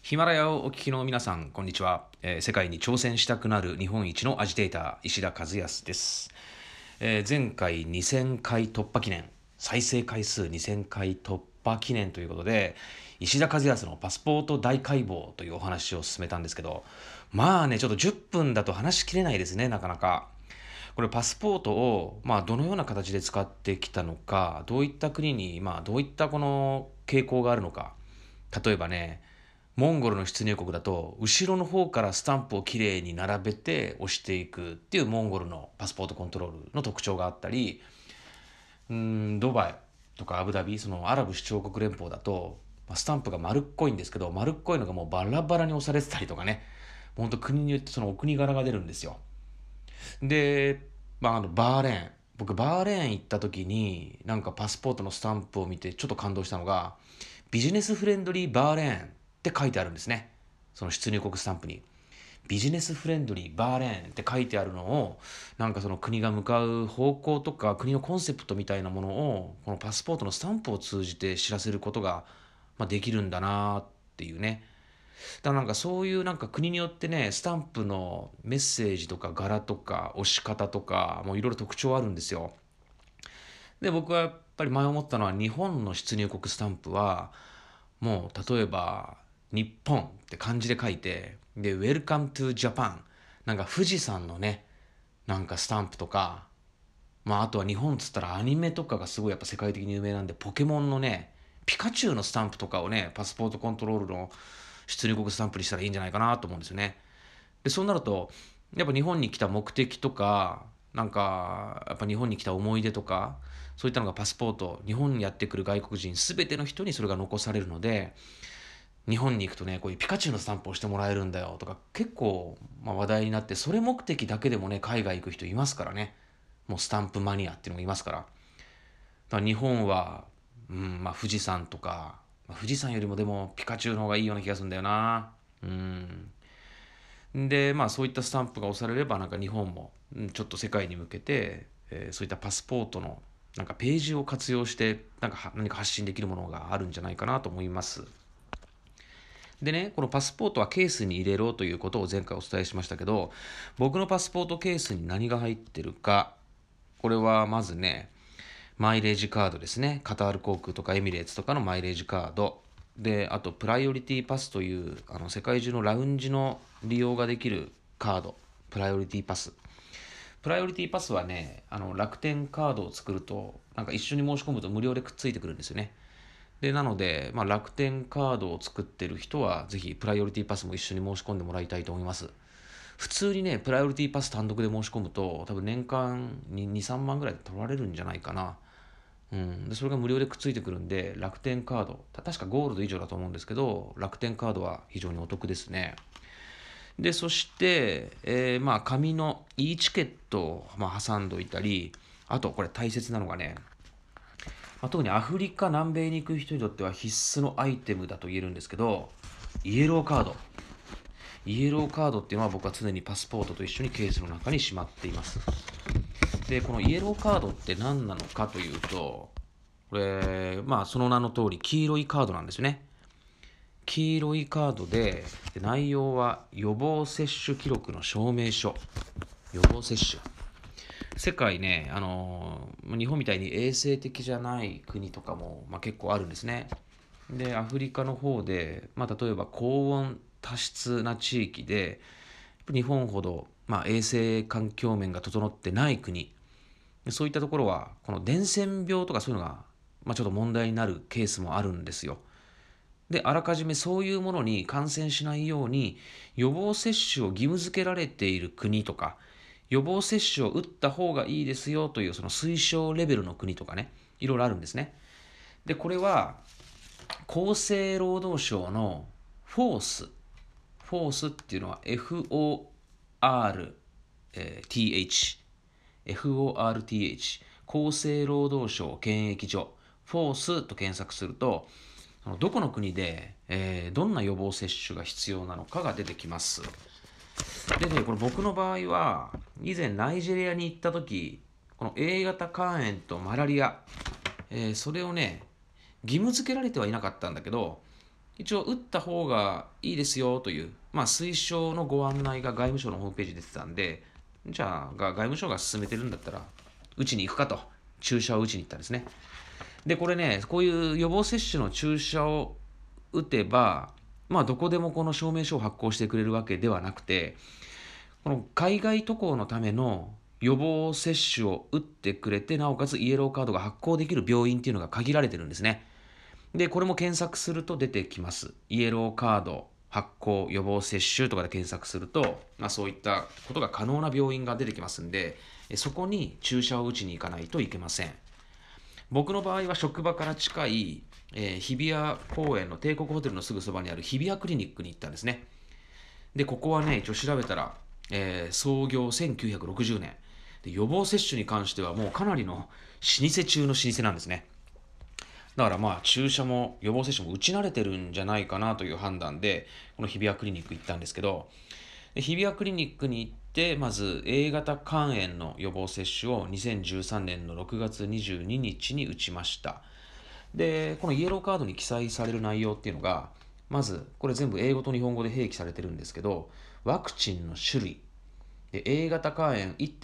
ヒマラヤをお聞きの皆さん、こんにちは。世界に挑戦したくなる日本一のアジテーター、石田和康です。前回2000回突破記念、再生回数2000回突破記念ということで、石田和康のパスポート大解剖というお話を進めたんですけど、まあね、ちょっと10分だと話しきれないですね、なかなか。これパスポートを、どのような形で使ってきたのか、どういった国に、どういったこの傾向があるのか。例えばね、モンゴルの出入国だと後ろの方からスタンプをきれいに並べて押していくっていうモンゴルのパスポートコントロールの特徴があったり、ドバイとかアブダビ、そのアラブ首長国連邦だとスタンプが丸っこいんですけど、丸っこいのがもうバラバラに押されてたりとかね、本当国によってそのお国柄が出るんですよ。で、バーレーン、僕バーレーン行った時になんかパスポートのスタンプを見てちょっと感動したのが、ビジネスフレンドリーバーレーンって書いてあるんですね。その出入国スタンプにビジネスフレンドリーバーレーンって書いてあるのを、なんかその国が向かう方向とか国のコンセプトみたいなものをこのパスポートのスタンプを通じて知らせることが、できるんだなっていうね。だからなんかそういうなんか国によってね、スタンプのメッセージとか柄とか押し方とかもういろいろ特徴あるんですよ。で、僕はやっぱり前思ったのは、日本の出入国スタンプはもう例えば日本って漢字で書いて、で Welcome to Japan、 なんか富士山のね、なんかスタンプとか、あとは日本っつったらアニメとかがすごいやっぱ世界的に有名なんで、ポケモンのね、ピカチュウのスタンプとかをね、パスポートコントロールの出入国スタンプにしたらいいんじゃないかなと思うんですよね。でそうなると、やっぱ日本に来た目的とか、なんかやっぱ日本に来た思い出とか、そういったのがパスポート、日本にやってくる外国人全ての人にそれが残されるので、日本に行くとね、こういうピカチュウのスタンプをしてもらえるんだよとか結構話題になって、それ目的だけでもね海外行く人いますからね。もうスタンプマニアっていうのもいますから。だから日本は、富士山とか、富士山よりもでもピカチュウの方がいいような気がするんだよな。でそういったスタンプが押されれば、なんか日本もちょっと世界に向けて、そういったパスポートのなんかページを活用して何か発信できるものがあるんじゃないかなと思います。でね、このパスポートはケースに入れろということを前回お伝えしましたけど、僕のパスポートケースに何が入ってるか、これはまずね、マイレージカードですね。カタール航空とかエミレーツとかのマイレージカード。で、あとプライオリティパスという世界中のラウンジの利用ができるカード。プライオリティパス。プライオリティパスはね、楽天カードを作ると、なんか一緒に申し込むと無料でくっついてくるんですよね。で、なので、楽天カードを作ってる人は、ぜひプライオリティパスも一緒に申し込んでもらいたいと思います。普通にね、プライオリティパス単独で申し込むと、多分年間に2、3万ぐらい取られるんじゃないかな。でそれが無料でくっついてくるんで、楽天カード、確かゴールド以上だと思うんですけど、楽天カードは非常にお得ですね。で、そして、紙の e チケットを、挟んどいたり、あとこれ大切なのがね、特にアフリカ南米に行く人にとっては必須のアイテムだと言えるんですけど、イエローカード。イエローカードっていうのは僕は常にパスポートと一緒にケースの中にしまっています。で、このイエローカードって何なのかというと、これ、その名の通り黄色いカードなんですよね。黄色いカードで、内容は予防接種記録の証明書。予防接種。世界ね、日本みたいに衛生的じゃない国とかも、結構あるんですね。で、アフリカの方で、例えば高温多湿な地域で、日本ほど、衛生環境面が整ってない国、そういったところは、この伝染病とかそういうのが、ちょっと問題になるケースもあるんですよ。で、あらかじめそういうものに感染しないように、予防接種を義務付けられている国とか、予防接種を打った方がいいですよというその推奨レベルの国とかね、いろいろあるんですね。で、これは厚生労働省のフォースっていうのは FORTH、厚生労働省検疫所、フォースと検索すると、どこの国で、どんな予防接種が必要なのかが出てきます。でね、これ僕の場合は、以前ナイジェリアに行った時、この A 型肝炎とマラリア、それをね、義務付けられてはいなかったんだけど、 一応打った方がいいですよという、推奨のご案内が外務省のホームページで出てたんで、じゃあ外務省が勧めてるんだったら打ちに行くかと、注射を打ちに行ったんですね。でこれね、こういう予防接種の注射を打てば、どこでもこの証明書を発行してくれるわけではなくて、この海外渡航のための予防接種を打ってくれて、なおかつイエローカードが発行できる病院っていうのが限られてるんですね。でこれも検索すると出てきます。イエローカード発行予防接種とかで検索すると、そういったことが可能な病院が出てきますんで、そこに注射を打ちに行かないといけません。僕の場合は職場から近い、日比谷公園の帝国ホテルのすぐそばにある日比谷クリニックに行ったんですね。でここはね、一応調べたら、創業1960年で、予防接種に関してはもうかなりの老舗中の老舗なんですね。だから注射も予防接種も打ち慣れてるんじゃないかなという判断で、この日比谷クリニック行ったんですけど、日比谷クリニックに行って、まず A 型肝炎の予防接種を2013年の6月22日に打ちました。でこのイエローカードに記載される内容っていうのが、まずこれ全部英語と日本語で併記されてるんですけど、ワクチンの種類で A 型肝炎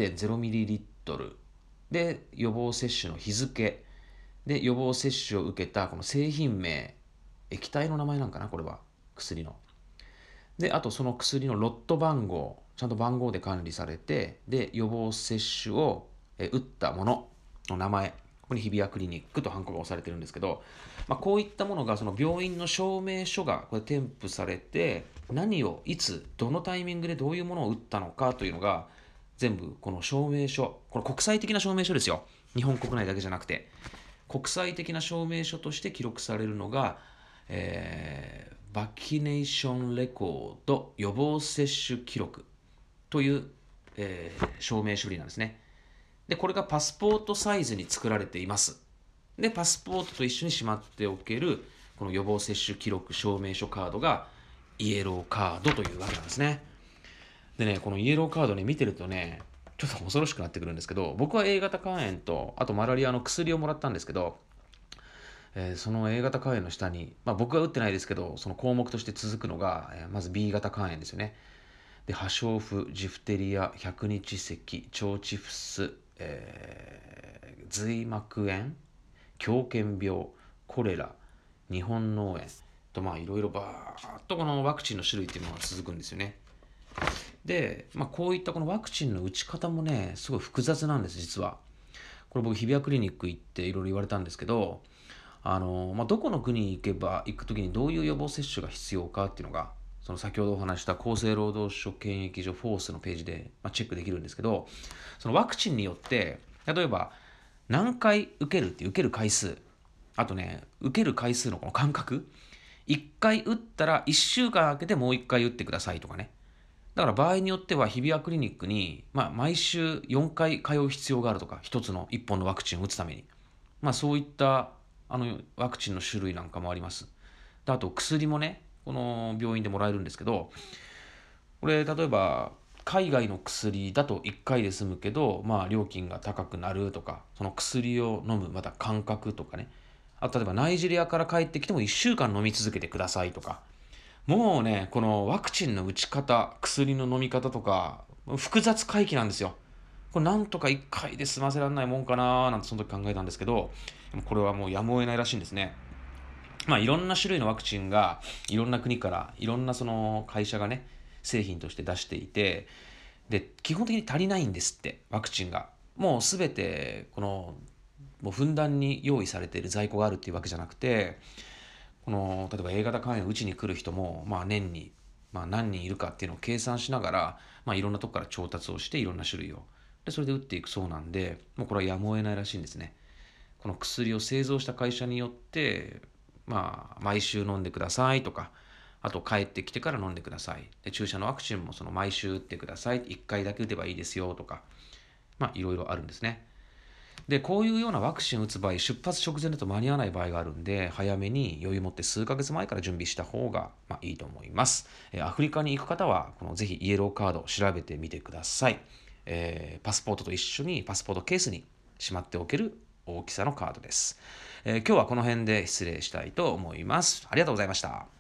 1.0ml で予防接種の日付で、予防接種を受けたこの製品名、液体の名前なんかな、これは薬の。であとその薬のロット番号、ちゃんと番号で管理されて、で予防接種を打ったものの名前、ここに日比谷クリニックとハンコが押されてるんですけど、こういったものがその病院の証明書がこれ添付されて、何をいつどのタイミングでどういうものを打ったのかというのが全部この証明書、これ国際的な証明書ですよ。日本国内だけじゃなくて国際的な証明書として記録されるのが、バキネーションレコード予防接種記録という、証明書類なんですね。でこれがパスポートサイズに作られています。でパスポートと一緒にしまっておけるこの予防接種記録証明書カードがイエローカードというわけなんですね。でね、このイエローカードね、見てるとね、ちょっと恐ろしくなってくるんですけど、僕は A 型肝炎とあとマラリアの薬をもらったんですけど、その A 型肝炎の下に、僕は打ってないですけど、その項目として続くのが、まず B 型肝炎ですよね。で破傷風、ジフテリア、百日咳、腸チフス、髄膜炎、狂犬病、コレラ、日本脳炎と、いろいろバーッとこのワクチンの種類っていうのが続くんですよね。で、こういったこのワクチンの打ち方もね、すごい複雑なんです、実は。これ僕、日比谷クリニック行っていろいろ言われたんですけど、どこの国に行く時にどういう予防接種が必要かっていうのが、その先ほどお話した厚生労働省検疫所フォースのページで、チェックできるんですけど、そのワクチンによって、例えば何回受けるっていう受ける回数、あとね、受ける回数のこの間隔、1回打ったら1週間空けてもう1回打ってくださいとかね。だから場合によっては日比谷クリニックに、毎週4回通う必要があるとか、一つの1本のワクチンを打つために、そういったワクチンの種類なんかもあります。であと薬もね、この病院でもらえるんですけど、これ例えば海外の薬だと1回で済むけど、料金が高くなるとか、その薬を飲むまた間隔とかね、あと例えばナイジェリアから帰ってきても1週間飲み続けてくださいとか、もうね、このワクチンの打ち方、薬の飲み方とか、複雑回帰なんですよ。これなんとか1回で済ませられないもんかなーなんてその時考えたんですけど、これはもうやむを得ないらしいんですね。いろんな種類のワクチンがいろんな国からいろんなその会社がね、製品として出していて、で基本的に足りないんですって、ワクチンが。もうすべてこのもうふんだんに用意されている在庫があるっていうわけじゃなくて、この例えば A 型肝炎を打ちに来る人も、年に、何人いるかっていうのを計算しながら、いろんなとこから調達をしていろんな種類をでそれで打っていくそうなんで、もうこれはやむを得ないらしいんですね。この薬を製造した会社によって、毎週飲んでくださいとか、あと帰ってきてから飲んでください、で注射のワクチンもその毎週打ってください、1回だけ打てばいいですよとか、いろいろあるんですね。でこういうようなワクチンを打つ場合、出発直前だと間に合わない場合があるんで、早めに余裕持って数ヶ月前から準備した方がいいと思います。アフリカに行く方はぜひイエローカードを調べてみてください。パスポートと一緒にパスポートケースにしまっておける大きさのカードです。今日はこの辺で失礼したいと思います。ありがとうございました。